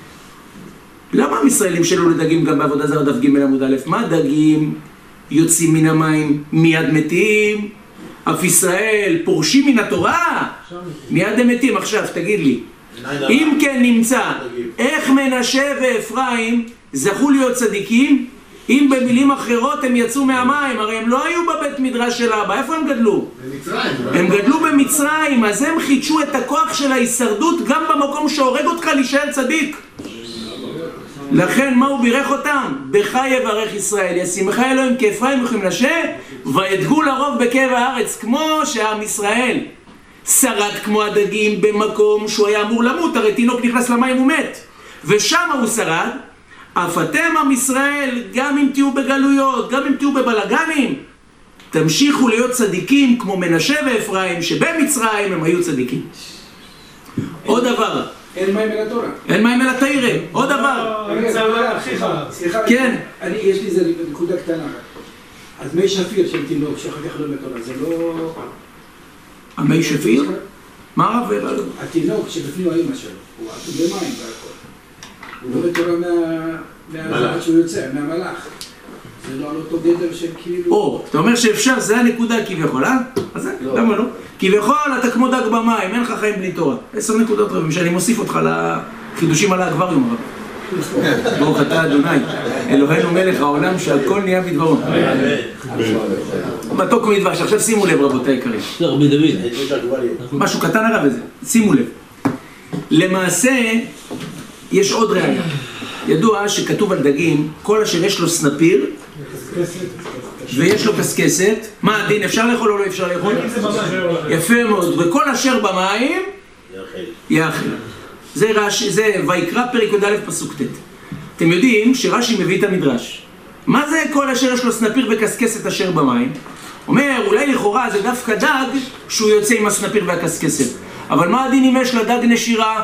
למה עם ישראלים שלו לדגים גם בעבודה זרה דף ג' עמוד א'? מה דגים יוצאים מן המים מיד מתים? אף ישראל פורשים מן התורה מיד הם מתים. עכשיו תגיד לי, אם כן נמצא איך מנשה ואפרים זכו להיות צדיקים, אם במילים אחרות הם יצאו מהמים, הרי הם לא היו בבית מדרש של אבא, איפה הם גדלו? במצרים. הם גדלו במצרים, אז הם חידשו את הכוח של ההישרדות גם במקום שהורג אותך להישאר צדיק. לכן מה הוא בירך אותם? בך יברך ישראל, ישמחה אלוהים כאפרים וכמנשה, וידגו לרוב בקרב הארץ, כמו שעם ישראל שרד כמו הדגים במקום שהוא היה אמור למות, הרי תינוק נכנס למים ומת, ושם הוא שרד. אף אתם עם ישראל, גם אם תהיו בגלויות, גם אם תהיו בבלגנים, תמשיכו להיות צדיקים כמו מנשה ואפרים, שבמצרים הם היו צדיקים. עוד דבר. אין מים אל התורה. אין מים אל התורה. עוד דבר. סליחה. כן. יש לי איזה נקודה קטנה. אז מי שפיר של תינוק שאחר כך לא בתורה, זה לא... המי שפיר? מה רב? התינוק שבפנים האמא שלו, הוא עטו במים והכל. הוא לא בתורה מהמלאך שהוא יוצא, מהמלאך. זה לא על אותו גדר של כאילו... אתה אומר שאפשר, זה הנקודה כביכול, אה? אז זה, למה לא? כביכול אתה כמו דג במים, אין לך חיים בלי תורה. 10 נקודות רבים שאני מוסיף אותך לחידושים על האקווריום. ברוך אתה אדוני, אלוהינו מלך העולם שהכל נהיה בדברו. מתוק מדבש. עכשיו שימו לב רבותי היקרים. משהו קטן הרב הזה, שימו לב. למעשה יש עוד ראיה. ידוע שכתוב על דגים, כל אשר יש לו סנפיר ויש לו קסקסת, מה הדין? אפשר לאכול או לא אפשר לאכול? יפה מאוד. וכל אשר במים יאכל. זה ויקרא פרק י"א פסוק ט'. אתם יודעים שרש"י מביא את המדרש. מה זה כל אשר יש לו סנפיר וקסקסת אשר במים? אומר, אולי לכאורה זה דווקא דג שהוא יוצא עם הסנפיר והקסקסת. אבל מה הדין אם יש לדג נשירה?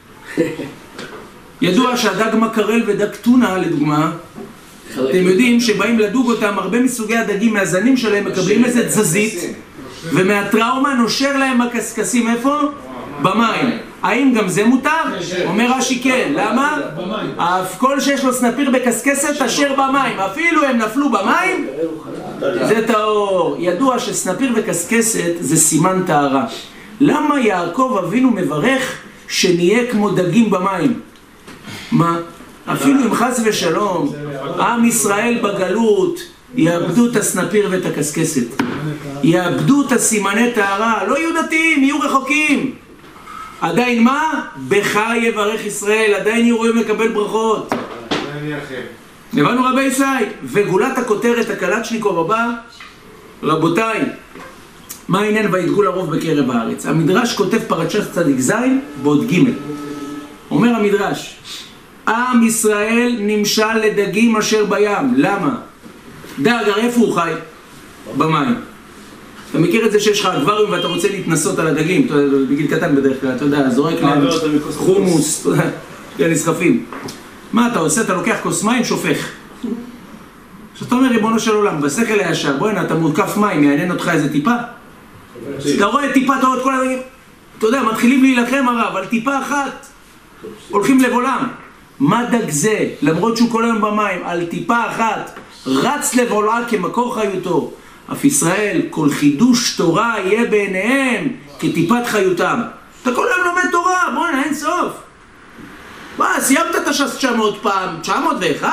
ידוע שהדג מקרל ודג טונה, לדוגמה, אתם יודעים שבאים לדוג אותם, הרבה מסוגי הדגים מהזנים שלהם מקבלים איזה תזזית, ומהטראומה נושר להם הקסקסים איפה? במים. האם גם זה מותר? אומר רש"י כן. למה? אף כל שיש לו סנפיר בקסקסת אשר במים, אפילו הם נפלו במים, זה טהור. ידוע שסנפיר בקסקסת זה סימן טהרה. למה יעקב אבינו מברך שנהיה כמו דגים במים? מה? אפילו אם חס ושלום עם ישראל בגלות יאבדו את הסנפיר ואת הקסקסת, יאבדו את הסימני טהרה, לא יהיו דתיים, יהיו רחוקים, עדיין מה? בך יברך ישראל, עדיין יהיו רואים לקבל ברכות. הבנו רבי ישי? וגולת הכותרת הקלצ'ניקוב הבא, רבותיי, מה העניין ויתגו לרוב בקרב הארץ? המדרש כותב פרשת צדיק ז' בעוד ג', אומר המדרש, עם ישראל נמשל לדגים אשר בים. למה? דג, הרי איפה הוא חי? במים. אתה מכיר את זה שיש לך אקווריום ואתה רוצה להתנסות על הדגים, בגיל קטן בדרך כלל, אתה יודע, זורק להם חומוס, אתה יודע, נסחפים. מה אתה עושה? אתה לוקח כוס מים, שופך. עכשיו אתה אומר, ריבונו של עולם, בשכל הישר, בואי אתה מותקף מים, יעניין אותך איזה טיפה? אתה רואה טיפה, אתה רואה את כל הדגים, אתה יודע, מתחילים להילחם הרב, על טיפה אחת הולכים לבולם. מה דג זה? למרות שהוא כל היום במים, על טיפה אחת רץ לבולעה כמקור חיותו. אף ישראל, כל חידוש תורה יהיה בעיניהם כטיפת חיותם. אתה כל היום לומד תורה, בוא'נה, אין סוף. מה, סיימת את הש"ס 900 פעם, 901?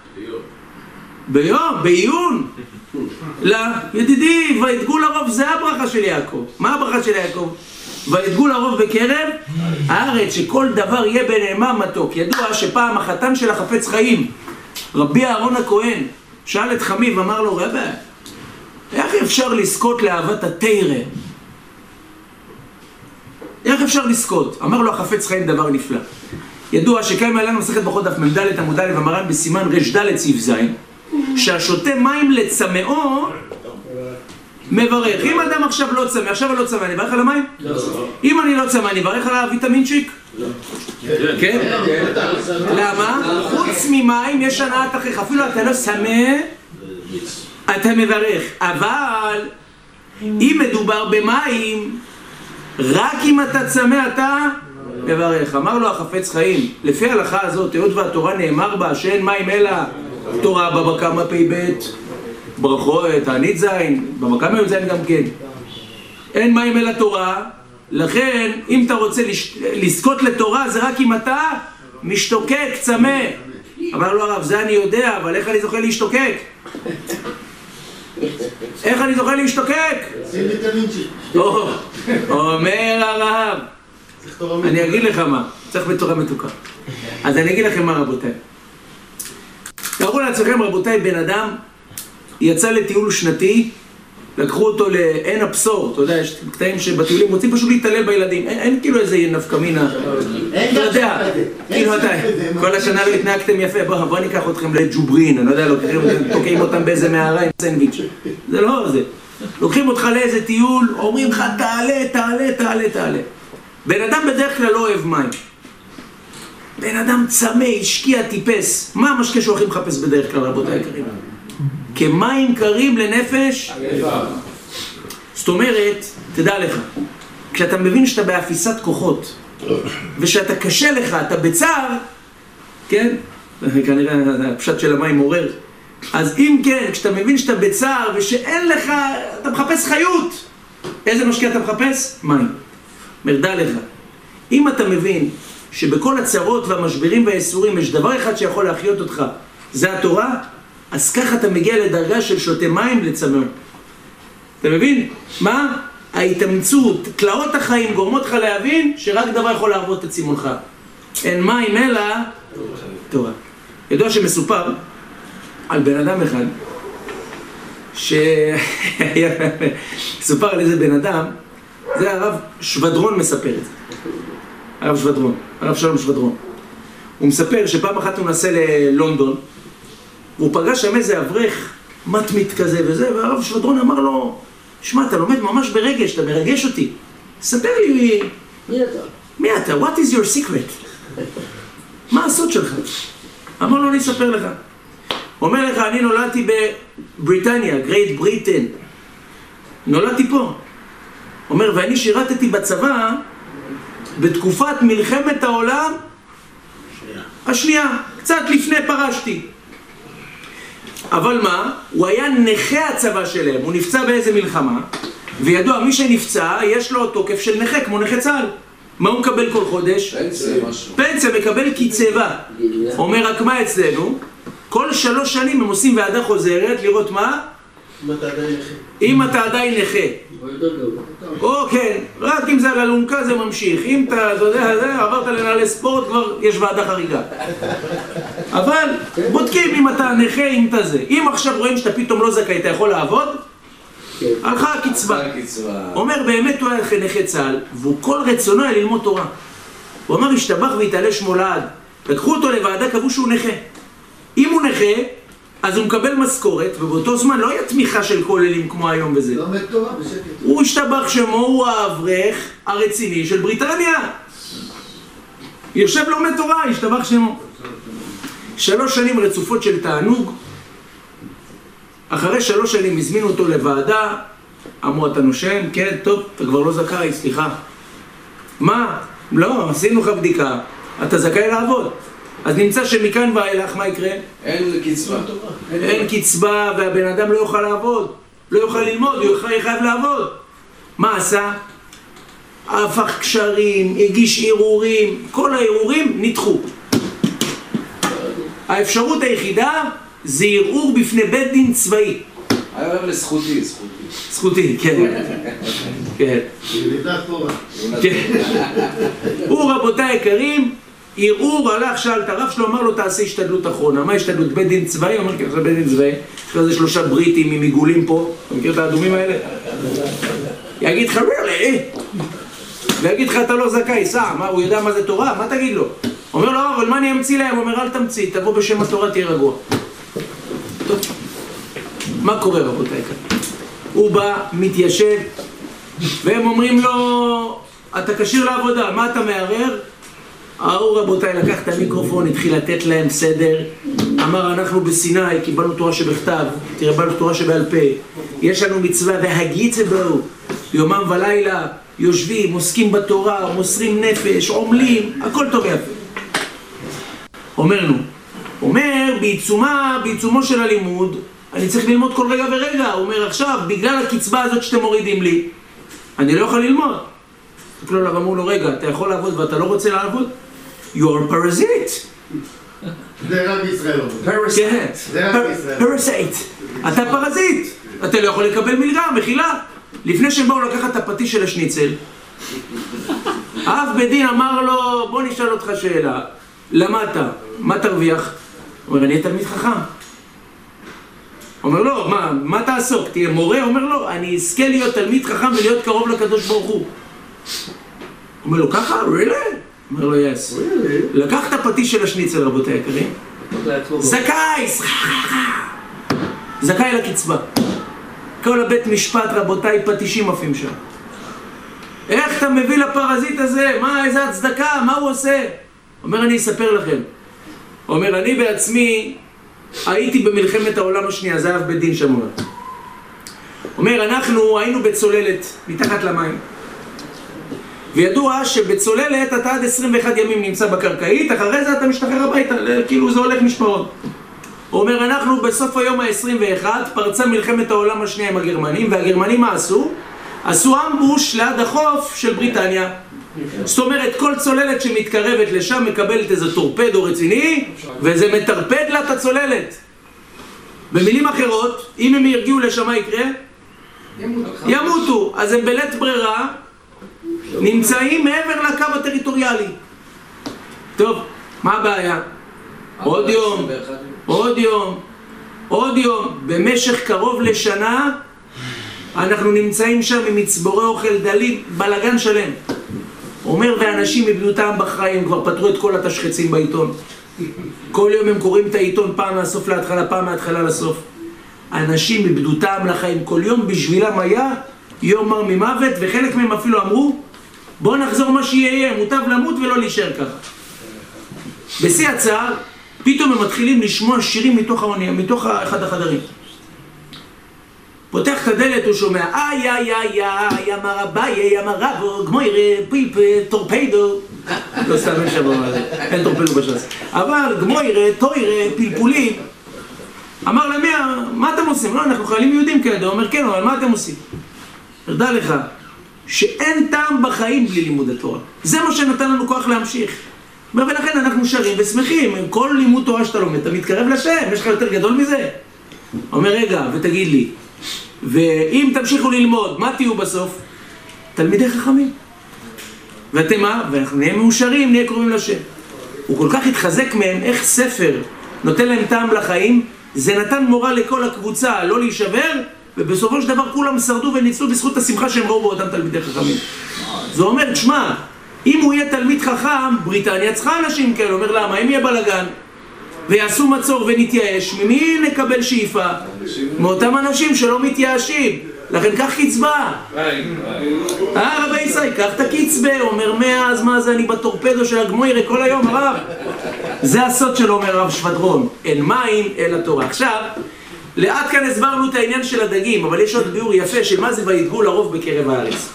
ביום, בעיון. לא, ידידי, ויתגו לרוב, זה הברכה של יעקב. מה הברכה של יעקב? ויתגו לרוב בקרב הארץ, שכל דבר יהיה ביניהם מתוק. ידוע שפעם החתן של החפץ חיים, רבי אהרון הכהן, שאל את חמיב, אמר לו, רבי, איך אפשר לזכות לאהבת התורה? איך אפשר לזכות? אמר לו החפץ חיים דבר נפלא. ידוע שקיים עלינו מסכת ברכות דף מ"ד עמוד א' המר"ן בסימן ר"ד סעיף ז', שהשותה מים לצמאו מברך. אם אדם עכשיו לא צמא, עכשיו אני לא צמא, אני אברך על המים? אם אני לא צמא, אני אברך על הוויטמינצ'יק? כן? למה? חוץ ממים יש הנעת אחריך, אפילו אתה לא צמא, אתה מברך. אבל אם מדובר במים, רק אם אתה צמא אתה מברך. אמר לו החפץ חיים, לפי ההלכה הזאת, היות והתורה נאמר בה שאין מים אלא תורה בבא קמא פ"ב, ברכות, תענית זין, בבא קמא י"ז גם כן, אין מים אלא תורה. לכן אם אתה רוצה לזכות לתורה זה רק אם אתה משתוקק, צמא. אמר לו הרב, זה אני יודע, אבל איך אני זוכה להשתוקק? איך אני זוכה להשתוקק? אומר הרב, אני אגיד לך מה, צריך בתורה מתוקה. אז אני אגיד לכם מה רבותיי, תראו לעצמכם רבותיי, בן אדם יצא לטיול שנתי, לקחו אותו לעין הבשור, אתה יודע, יש קטעים שבטיולים רוצים פשוט להתעלל בילדים, אין כאילו איזה נפקמינה, אתה יודע, כאילו אתה, כל השנה לא התנהגתם יפה, בוא ניקח אתכם לג'וברין, אני לא יודע, תוקעים אותם באיזה מערה עם סנדוויץ', זה לא זה, לוקחים אותך לאיזה טיול, אומרים לך תעלה, תעלה, תעלה, תעלה. בן אדם בדרך כלל לא אוהב מים, בן אדם צמא, השקיע, טיפס, מה המשקה שהוא הכי מחפש בדרך כלל רבותיי יקרים? כמים קרים לנפש. זאת אומרת, תדע לך, כשאתה מבין שאתה באפיסת כוחות ושאתה קשה לך, אתה בצער, כן? כנראה הפשט של המים עורר. אז אם כן, כשאתה מבין שאתה בצער ושאין לך, אתה מחפש חיות, איזה משקה אתה מחפש? מים. מרדה לך, אם אתה מבין שבכל הצרות והמשברים והאיסורים יש דבר אחד שיכול להחיות אותך, זה התורה, אז ככה אתה מגיע לדרגה של שותה מים לצמא. אתה מבין? מה? ההתאמצות, תלאות החיים גורמות לך להבין שרק דבר יכול להרבות את צימונך. אין מים אלא תורה. ידוע שמסופר על בן אדם אחד סופר על איזה בן אדם, זה הרב שבדרון מספר את זה. הרב שבדרון, הרב שלום שבדרון. הוא מספר שפעם אחת הוא נסע ללונדון, והוא פגש שם איזה אברך מתמית כזה וזה, והרב שבדרון אמר לו, שמע, אתה לומד ממש ברגש, אתה מרגש אותי. ספר לי, מי אתה? מי אתה? What is your secret? מה הסוד שלך? אמר לו, אני אספר לך. הוא אומר לך, אני נולדתי בבריטניה, גרייט בריטן. נולדתי פה. אומר, ואני שירתתי בצבא בתקופת מלחמת העולם השנייה, קצת לפני פרשתי. אבל מה? הוא היה נכה הצבא שלהם, הוא נפצע באיזה מלחמה, וידוע, מי שנפצע יש לו תוקף של נכה, כמו נכה צה"ל. מה הוא מקבל כל חודש? פנסיה, מקבל קצבה. אומר רק מה אצלנו? כל 3 שנים הם עושים ועדה חוזרת לראות מה? אם אתה עדיין נכה. או כן, רק אם זה על אלונקה זה ממשיך. אם אתה יודע, עברת לנהלי ספורט, כבר יש ועדה חריגה. אבל בודקים אם אתה נכה, אם אתה זה. אם עכשיו רואים שאתה פתאום לא זכאי, אתה יכול לעבוד? הלכה הקצבה. אומר באמת הוא היה נכה צה"ל, והוא כל רצונו היה ללמוד תורה. הוא אמר השתבח והתעלה שמו לעד. לקחו אותו לוועדה, קבעו שהוא נכה. אם הוא נכה, אז הוא מקבל משכורת, ובאותו זמן לא היה תמיכה של כוללים כמו היום בזה. לא מת תורה, בשקט. הוא השתבח שמו, הוא האברך הרציני של בריטניה. יושב לומד תורה, השתבח שמו. 3 שנים רצופות של תענוג. אחרי 3 שנים הזמינו אותו לוועדה, אמרו אתה נושם, כן, טוב, אתה כבר לא זכאי, סליחה. מה? לא, עשינו לך בדיקה, אתה זכאי לעבוד. אז נמצא שמכאן ואילך מה יקרה? אין קצבה. אין קצבה והבן אדם לא יוכל לעבוד, לא יוכל ללמוד, הוא חייב לעבוד. מה עשה? הפך קשרים, הגיש ערעורים, כל הערעורים נדחו. האפשרות היחידה זה ערעור בפני בית דין צבאי. היה רב לזכותי. זכותי, כן. כן. הוא רבותיי היקרים, ערעור הלך, שאל את הרב שלו, אמר לו תעשה השתדלות אחרונה. מה השתדלות? בית דין צבאי? אמר כן, זה בית דין צבאי. יש לזה 3 בריטים עם עיגולים פה. אתה מכיר את האדומים האלה? יגיד לך really? ויגיד לך אתה לא זכאי, סע, מה הוא יודע מה זה תורה? מה תגיד לו? אומר לו, אבל מה אני אמציא להם? הוא אומר אל תמציא, תבוא בשם התורה תהיה רגוע. טוב, מה קורה רבותיי כאן? הוא בא, מתיישב, והם אומרים לו אתה כשיר לעבודה, מה אתה מערער? ההוא רבותיי לקח את המיקרופון, התחיל לתת להם סדר, אמר אנחנו בסיני קיבלנו תורה שבכתב, קיבלנו תורה שבעל פה, יש לנו מצווה והגיצה בו, יומם ולילה יושבים, עוסקים בתורה, מוסרים נפש, עומלים, הכל טוב יפה. אומר בעיצומו של הלימוד אני צריך ללמוד כל רגע ורגע. הוא אומר עכשיו בגלל הקצבה הזאת שאתם מורידים לי אני לא יכול ללמוד. אמרו לו רגע, אתה יכול לעבוד ואתה לא רוצה לעבוד? You are parasite. זה רק בישראל. parasite. אתה פרזיט. אתה לא יכול לקבל מלגה, מחילה. לפני שהם באו לקחת את הפטיש של השניצל, אף בית דין אמר לו בוא נשאל אותך שאלה, למדת, מה תרוויח? הוא אומר אני תלמיד חכם. אומר לו מה תעסוק? תהיה מורה? אומר לו אני אזכה להיות תלמיד חכם ולהיות קרוב לקדוש ברוך הוא. אומר לו ככה? really? אומר לו yes. לקח את הפטיש של השניצל רבותי היקרים, זכאי לקצבה. כל הבית משפט רבותיי פטישים עפים שם. איך אתה מביא לפרזיט הזה? מה, איזה הצדקה? מה הוא עושה? אומר אני אספר לכם. אומר אני בעצמי הייתי במלחמת העולם השנייה, זה אף בית דין שם. אומר אנחנו היינו בצוללת מתחת למים, וידוע שבצוללת אתה עד 21 ימים נמצא בקרקעית, אחרי זה אתה משתחרר הביתה, כאילו זה הולך משמרות. הוא אומר אנחנו בסוף היום ה-21 פרצה מלחמת העולם השנייה עם הגרמנים, והגרמנים מה עשו? עשו אמבוש ליד החוף של בריטניה. זאת אומרת כל צוללת שמתקרבת לשם מקבלת איזה טורפדו רציני וזה מטרפד לה את הצוללת. במילים אחרות, אם הם ירגיעו לשם מה יקרה? ימותו. אז הם בלית ברירה נמצאים מעבר לקו הטריטוריאלי. טוב, מה הבעיה? עוד יום במשך קרוב לשנה אנחנו נמצאים שם עם מצבורי אוכל דלים, בלגן שלם. אומר ואנשים איבדו טעם בחיים, כבר פתרו את כל התשחצים בעיתון. כל יום הם קוראים את העיתון פעם מהסוף להתחלה, פעם מההתחלה לסוף. אנשים איבדו טעם לחיים, כל יום בשבילם היה יום מר ממוות, וחלק מהם אפילו אמרו בוא נחזור מה שיהיה, מוטב למות ולא להישאר ככה. בשיא הצער פתאום הם מתחילים לשמוע שירים מתוך האונייה, מתוך אחד החדרים. פותח את הדלת, הוא שומע, איי, איי, איי, איי, אמר אביי, אמר רבו, גמוירה, פיפ, טורפדו. לא סתם אין שבוע, אין טורפדו בש"ס. אבל גמוירה, טוירה, פלפולים. אמר למי, מה אתם עושים? לא, אנחנו חיילים יהודים כאלה. הוא אומר, כן, אבל מה אתם עושים? תדע לך, שאין טעם בחיים בלי לימוד התורה. זה מה שנתן לנו כוח להמשיך. ולכן אנחנו שרים ושמחים. כל לימוד תורה שאתה לומד, אתה מתקרב לשם, יש לך יותר גדול מזה. אומר, רגע, ותגיד לי, ואם תמשיכו ללמוד, מה תהיו בסוף? תלמידי חכמים. ואתם מה? ואנחנו נהיה מאושרים, נהיה קרובים לשם. הוא כל כך התחזק מהם, איך ספר נותן להם טעם לחיים, זה נתן מורה לכל הקבוצה לא להישבר, ובסופו של דבר כולם שרדו וניצלו בזכות השמחה שהם ראו באותם תלמידי חכמים. זה אומר, תשמע, אם הוא יהיה תלמיד חכם, בריטניה צריכה אנשים כאלה. אומר, למה? אם יהיה בלגן ויעשו מצור ונתייאש, ממי נקבל שאיפה? מאותם אנשים שלא מתייאשים. לכן קח קצבה. רבי ישראל, קח את הקצבה. אומר, אז מה זה, אני בטורפדו של הגמוירה כל היום, הרב. זה הסוד שלו, אומר הרב שבדרון. אין מים, אלא תורה. עכשיו, לאט כאן הסברנו את העניין של הדגים, אבל יש עוד ביאור יפה של מה זה וידגו לרוב בקרב הארץ.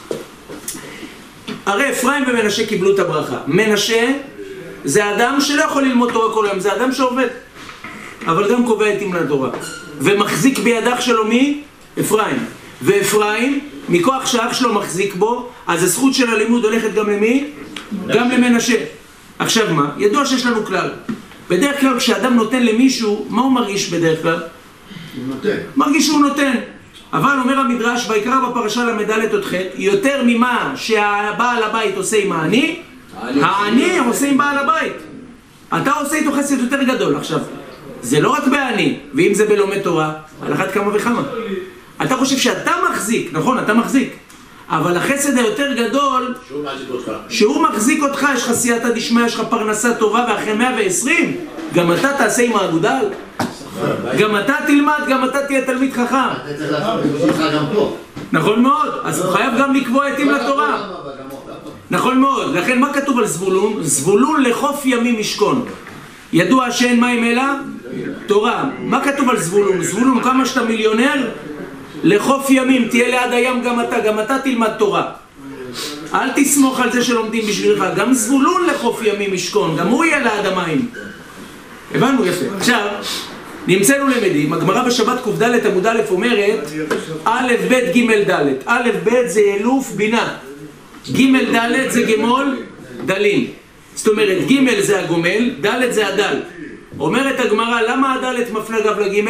הרי אפרים ומנשה קיבלו את הברכה. מנשה זה אדם שלא יכול ללמוד תורה כל היום, זה אדם שעובד, אבל גם קובע עתים לתורה. ומחזיק בידך שלו מי? אפרים. ואפרים, מכוח שאח שלו מחזיק בו, אז הזכות של הלימוד הולכת גם למי? גם למנשה. עכשיו מה? ידוע שיש לנו כלל. בדרך כלל כשאדם נותן למישהו, מה הוא מרגיש בדרך כלל? הוא נותן. מרגיש שהוא נותן. אבל אומר המדרש, ויקרא בפרשה למדלת עוד ח' יותר ממה שהבעל הבית עושה עם העני, העני עושה עם בעל הבית. אתה עושה איתו חסד יותר גדול. עכשיו, זה לא רק בעני, ואם זה בלומד תורה, על אחת כמה וכמה. אתה חושב שאתה מחזיק, נכון, אתה מחזיק, אבל החסד היותר גדול, שהוא מחזיק אותך, יש לך סייעתא דשמיא, יש לך פרנסה טובה, ואחרי 120, גם אתה תעשה עם האגודל. גם אתה תלמד, גם אתה תהיה תלמיד חכם. אתה צריך לעשות בשבילך גם פה. נכון מאוד, אז הוא חייב גם לקבוע עתים לתורה. נכון מאוד, לכן מה כתוב על זבולון? זבולון לחוף ימים משכון. ידוע שאין מים אלא? תורה. מה כתוב על זבולון? זבולון, כמה שאתה מיליונר? לחוף ימים, תהיה ליד הים גם אתה תלמד תורה. אל תסמוך על זה שלומדים בשבילך. גם זבולון לחוף ימים משכון, גם הוא יהיה ליד המים. הבנו יפה. עכשיו, נמצאנו למדים, הגמרא בשבת ק"ד עמוד א' אומרת א' ב' ג' ד'. א' ב' זה אלוף בינה, ג' ד' זה גמול דלים. זאת אומרת, ג' זה הגומל, ד' זה הדל. אומרת הגמרא, למה הד' מפנה גב לג'?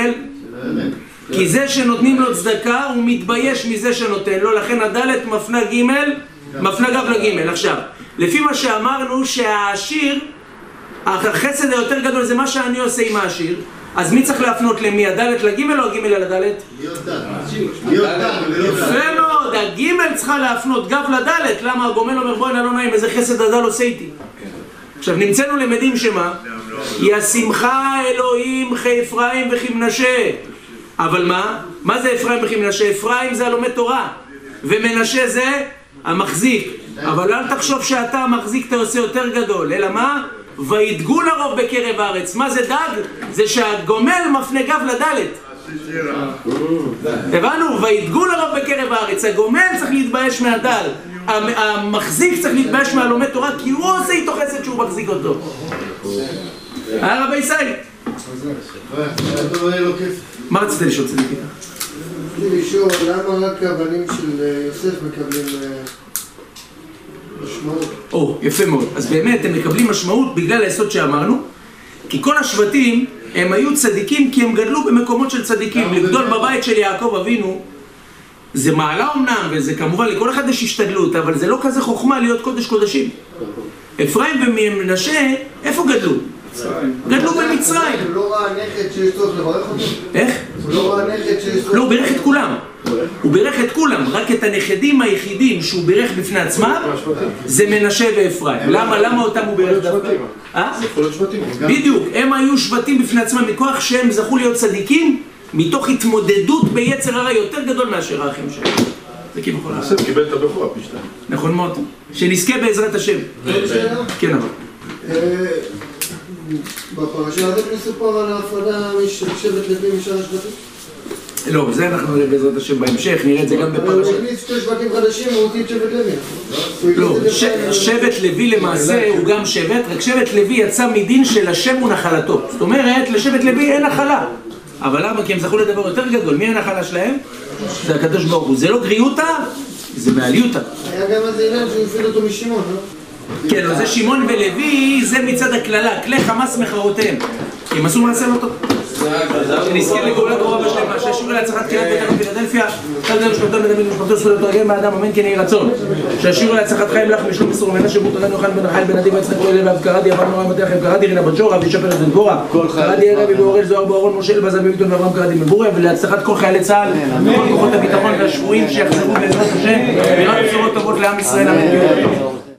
כי זה שנותנים לו צדקה הוא מתבייש מזה שנותן לו, לכן הד' מפנה גב לג'. עכשיו, לפי מה שאמרנו שהעשיר, החסד היותר גדול זה מה שאני עושה עם העשיר, אז מי צריך להפנות למי? הדלת לגימל או הגימל על הדלת? להיות דל. יפה מאוד, הגימל צריכה להפנות גב לדלת. למה? הגומל אומר בואי לא נעים, איזה חסד הדל עושה איתי. עכשיו נמצאנו למדים שמה? ישמחה אלוהים כאפרים וכמנשה. אבל מה זה אפרים וכמנשה? אפרים זה הלומד תורה, ומנשה זה המחזיק. אבל אל תחשוב שאתה המחזיק אתה עושה יותר גדול, אלא מה? וידגו לרוב בקרב הארץ. מה זה דג? זה שהגומל מפנה גב לדלת. הבנו? וידגו לרוב בקרב הארץ. הגומל צריך להתבייש מהדל, המחזיק צריך להתבייש מהלומד תורה, כי הוא עושה איתו חסד שהוא מחזיק אותו. רבי ישראל, מה רצית לשאול צדיק? רציתי לשאול למה רק הבנים של יוסף מקבלים משמעות? יפה מאוד. אז באמת הם מקבלים משמעות בגלל היסוד שאמרנו, כי כל השבטים הם היו צדיקים כי הם גדלו במקומות של צדיקים. לגדול בבית של יעקב אבינו זה מעלה אומנם, וזה כמובן לכל אחד יש השתדלות, אבל זה לא כזה חוכמה להיות קודש קודשים. אפרים ומנשה איפה גדלו? גדלו במצרים. הוא לא ראה נכד שיש צורך לברך אותו? איך? הוא לא ראה נכד שיש צורך? לא, הוא בירך את כולם. הוא בירך את כולם, רק את הנכדים היחידים שהוא בירך בפני עצמם זה מנשה ואפרים. למה אותם הוא בירך דווקא? זה יכול להיות שבטים. בדיוק, הם היו שבטים בפני עצמם מכוח שהם זכו להיות צדיקים מתוך התמודדות ביצר הרע יותר גדול מאשר האחים שלהם. זה כביכול. יוסף קיבל את הבכורה פי 2. נכון מאוד. שנזכה בעזרת השם. כן, אבל בפרשה הזאת מסופר על ההפרדה של שבט לוי משאר השבטים? לא, זה אנחנו נראה בעזרת השם בהמשך, נראה את זה גם הוא בפרשת. הכניס 2 שבטים חדשים, הוא הוציא את שבט לוי. לא, שבט לוי למעשה הוא גם שבט, רק שבט לוי יצא מדין של השם הוא נחלתו. זאת אומרת, לשבט לוי אין נחלה. אבל למה? כי הם זכו לדבר יותר גדול. מי הנחלה שלהם? זה הקדוש ברוך הוא. זה לא גריותא, זה מעליותא. היה גם איזה עניין שהוא הפעיל אותו משמעון, לא? כן, זה שמעון ולוי, זה מצד הכללה, כלי חמאס מחרותיהם. כי הם עשו מעשה לא טוב. שנזכה לגאולה קרובה ושלמה, שהשיעור להצלחת קהילת בית אבות פילדלפיה, חל דרך משפחתו מדמים משפחתו זכות לתרגם מהאדם, אמן כן יהי רצון. שהשיעור להצלחת חיים לך משלום מסור ומנשה בוטרן יוחנן בן רחל בן עדי ויצחק אוהל ואב קראדי אברהם נורא מטח קראדי רינה בת שורה וישפר את דבורה קראדי רבי באורל זוהר באורון משה אלבז אביביטון ואברהם קראדי מבוריה ולהצלחת כל חיילי צה"ל וכל כוחות הביטחון והשבויים שיחזרו בעזרת השם ויראת בשורות טובות לעם ישראל אמן.